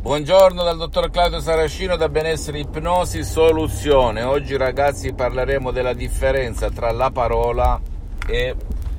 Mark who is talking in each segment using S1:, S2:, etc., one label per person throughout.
S1: Buongiorno dal dottor Claudio Saracino da Benessere Ipnosi Soluzione. Oggi ragazzi parleremo della differenza tra la parola e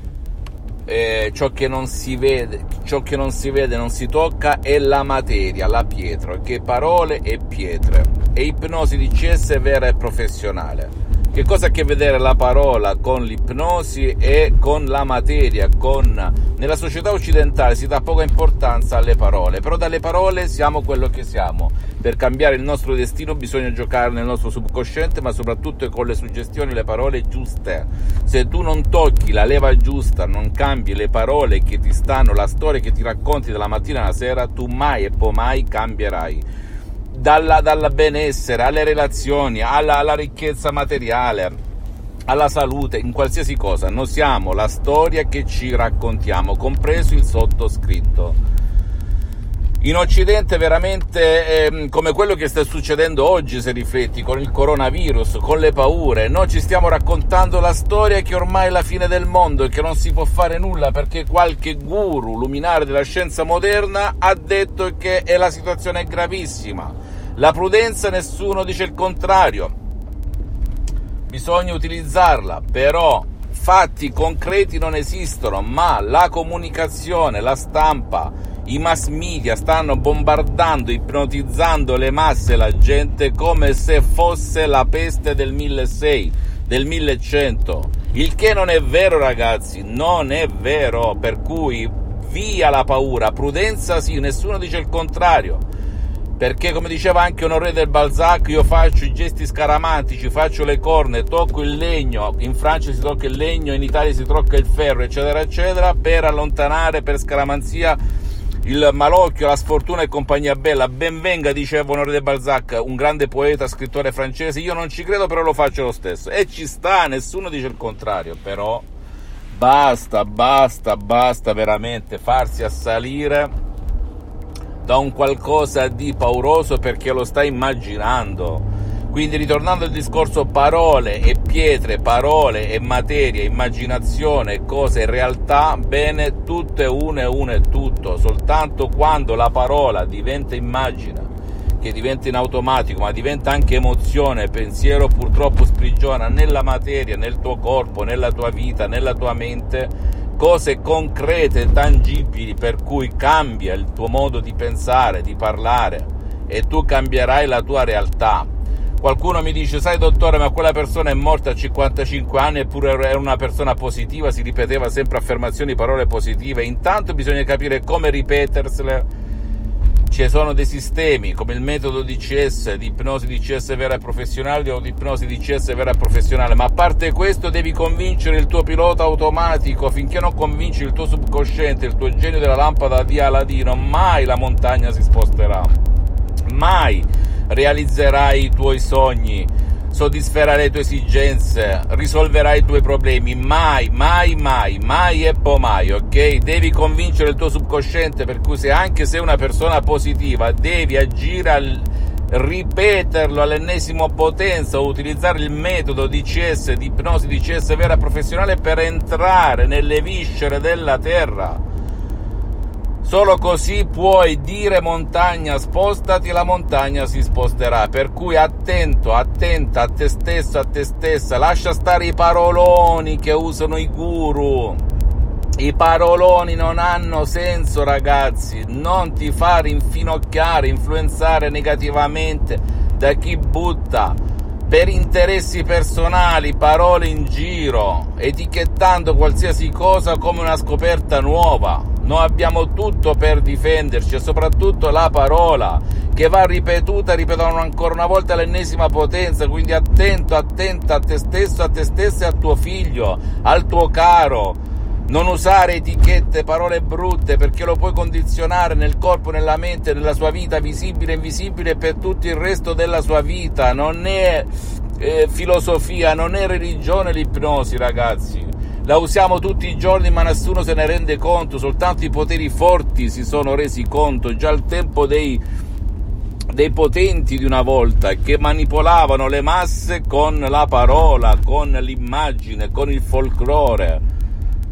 S1: ciò che non si vede, non si tocca, e la materia, la pietra, che parole e pietre. E ipnosi DCS vera e professionale. Che cosa ha a che vedere la parola con l'ipnosi e con la materia? Nella società occidentale si dà poca importanza alle parole, però dalle parole siamo quello che siamo. Per cambiare il nostro destino bisogna giocare nel nostro subconsciente, ma soprattutto con le suggestioni, le parole giuste. Se tu non tocchi la leva giusta, non cambi le parole che ti stanno, la storia che ti racconti dalla mattina alla sera, tu mai e poi mai cambierai. Dal benessere, alle relazioni, alla ricchezza materiale, alla salute, in qualsiasi cosa. Noi siamo la storia che ci raccontiamo, compreso il sottoscritto. In Occidente veramente come quello che sta succedendo oggi, se rifletti, con il coronavirus, con le paure, noi ci stiamo raccontando la storia che ormai è la fine del mondo e che non si può fare nulla perché qualche guru luminare della scienza moderna ha detto che la situazione è gravissima. La prudenza, nessuno dice il contrario, bisogna utilizzarla, però fatti concreti non esistono, ma la comunicazione, la stampa, i mass media stanno bombardando, ipnotizzando le masse, la gente, come se fosse la peste del 1600, del 1100, il che non è vero ragazzi, non è vero, per cui via la paura, prudenza sì, nessuno dice il contrario. Perché come diceva anche Honoré del Balzac, io faccio i gesti scaramantici, faccio le corna, tocco il legno, in Francia si tocca il legno, in Italia si tocca il ferro, eccetera eccetera, per allontanare per scaramanzia il malocchio, la sfortuna e compagnia bella. Ben venga, diceva Honoré del Balzac, un grande poeta, scrittore francese. Io non ci credo, però lo faccio lo stesso, e ci sta, nessuno dice il contrario. Però basta veramente farsi assalire da un qualcosa di pauroso perché lo stai immaginando. Quindi ritornando al discorso parole e pietre, parole e materia, immaginazione, cose e realtà, bene, tutto è uno è tutto. Soltanto quando la parola diventa immagine, che diventa in automatico, ma diventa anche emozione, pensiero, purtroppo sprigiona nella materia, nel tuo corpo, nella tua vita, nella tua mente, cose concrete, tangibili, per cui cambia il tuo modo di pensare, di parlare, e tu cambierai la tua realtà. Qualcuno mi dice, sai dottore, ma quella persona è morta a 55 anni eppure era una persona positiva, si ripeteva sempre affermazioni, parole positive. Intanto bisogna capire come ripetersele. Ci sono dei sistemi come il metodo DCS, di ipnosi DCS vera e professionale o di ipnosi DCS vera e professionale, ma a parte questo devi convincere il tuo pilota automatico. Finché non convinci il tuo subconsciente, il tuo genio della lampada di Aladino, mai la montagna si sposterà, mai realizzerai i tuoi sogni, soddisferai le tue esigenze, risolverai i tuoi problemi, mai e poi mai, ok? Devi convincere il tuo subconsciente, per cui anche se una persona positiva devi agire ripeterlo all'ennesima potenza o utilizzare il metodo DCS, di ipnosi DCS vera e professionale, per entrare nelle viscere della terra. Solo così puoi dire montagna spostati, la montagna si sposterà. Per cui attenta a te stesso, a te stessa, lascia stare i paroloni che usano i guru. I paroloni non hanno senso ragazzi, non ti fare infinocchiare, influenzare negativamente da chi butta per interessi personali parole in giro, etichettando qualsiasi cosa come una scoperta nuova. Noi abbiamo tutto per difenderci, e soprattutto la parola che va ripetuta, ripetono ancora una volta all'ennesima potenza. Quindi attenta a te stesso, a te stessa e a tuo figlio, al tuo caro. Non usare etichette, parole brutte, perché lo puoi condizionare nel corpo, nella mente, nella sua vita visibile e invisibile per tutto il resto della sua vita. Non è filosofia, non è religione l'ipnosi ragazzi. La usiamo tutti i giorni ma nessuno se ne rende conto, soltanto i poteri forti si sono resi conto, già al tempo dei potenti di una volta, che manipolavano le masse con la parola, con l'immagine, con il folklore.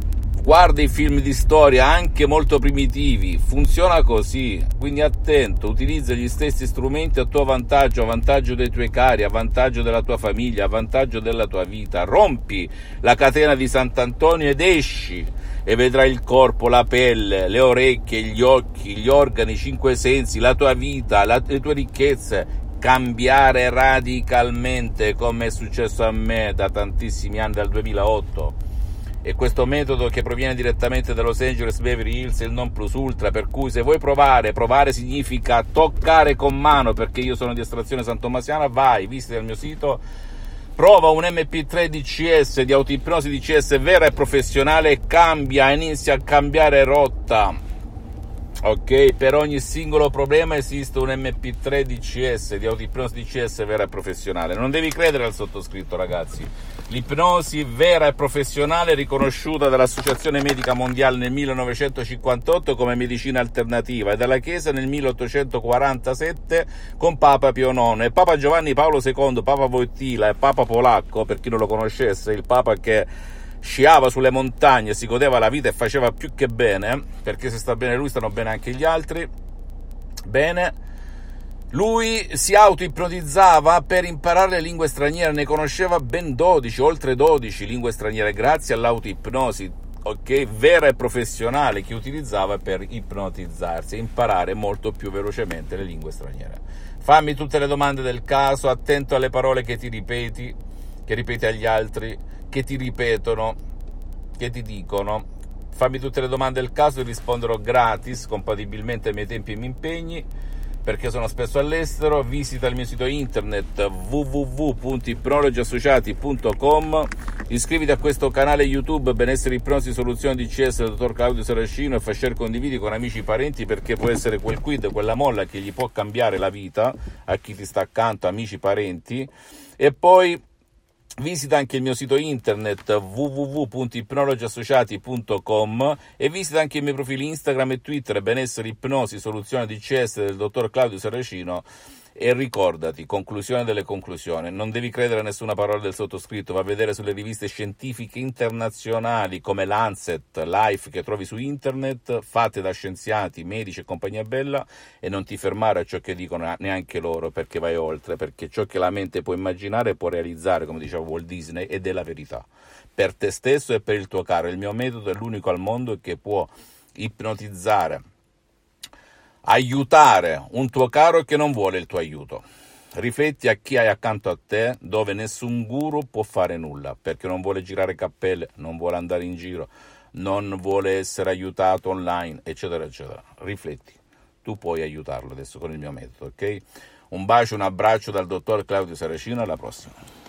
S1: guarda i film di storia anche molto primitivi, funziona così, quindi attento, utilizza gli stessi strumenti a tuo vantaggio, a vantaggio dei tuoi cari, a vantaggio della tua famiglia, a vantaggio della tua vita. Rompi la catena di Sant'Antonio ed esci e vedrai il corpo, la pelle, le orecchie, gli occhi, gli organi, i cinque sensi, la tua vita, le tue ricchezze cambiare radicalmente, come è successo a me da tantissimi anni, dal 2008. E questo metodo, che proviene direttamente da Los Angeles Beverly Hills, è il non plus ultra, per cui se vuoi provare significa toccare con mano, perché io sono di estrazione santomasiana, vai, visita il mio sito, prova un MP3 DCS, di autoipnosi DCS vera e professionale, e cambia, inizia a cambiare rotta. Ok, per ogni singolo problema esiste un MP3 DCS, di autoipnosi DCS vera e professionale. Non devi credere al sottoscritto, ragazzi. L'ipnosi vera e professionale, riconosciuta dall'Associazione Medica Mondiale nel 1958 come medicina alternativa e dalla Chiesa nel 1847 con Papa Pio IX e Papa Giovanni Paolo II, Papa Wojtyla e Papa polacco, per chi non lo conoscesse, il Papa che sciava sulle montagne, si godeva la vita e faceva più che bene, perché se sta bene lui stanno bene anche gli altri. Bene, lui si auto-ipnotizzava per imparare le lingue straniere, ne conosceva ben 12, oltre 12 lingue straniere, grazie all'auto-ipnosi, ok, vera e professionale, che utilizzava per ipnotizzarsi e imparare molto più velocemente le lingue straniere. Fammi tutte le domande del caso, attento alle parole che ti ripeti, che ripeti agli altri, che ti ripetono, che ti dicono. Fammi tutte le domande del caso e risponderò gratis, compatibilmente ai miei tempi e ai miei impegni, perché sono spesso all'estero. Visita il mio sito internet www.ipnologiassociati.com, iscriviti a questo canale YouTube Benessere Ipnosi Soluzione DCS del dottor Claudio Saracino e fai share, condividi con amici e parenti, perché può essere quel quid, quella molla che gli può cambiare la vita a chi ti sta accanto, amici, parenti. E poi visita anche il mio sito internet www.ipnologiassociati.com e visita anche i miei profili Instagram e Twitter Benessere Ipnosi Soluzione DCS del dottor Claudio Saracino. E ricordati, conclusione delle conclusioni, non devi credere a nessuna parola del sottoscritto, va a vedere sulle riviste scientifiche internazionali come Lancet, Life, che trovi su internet, fatte da scienziati, medici e compagnia bella, e non ti fermare a ciò che dicono neanche loro, perché vai oltre, perché ciò che la mente può immaginare può realizzare, come diceva Walt Disney, ed è la verità, per te stesso e per il tuo caro. Il mio metodo è l'unico al mondo che può ipnotizzare, aiutare un tuo caro che non vuole il tuo aiuto. Rifletti a chi hai accanto a te, dove nessun guru può fare nulla, perché non vuole girare cappelle, non vuole andare in giro, non vuole essere aiutato online, eccetera, eccetera. Rifletti, tu puoi aiutarlo adesso con il mio metodo, ok? Un bacio, un abbraccio dal dottor Claudio Saracino, alla prossima.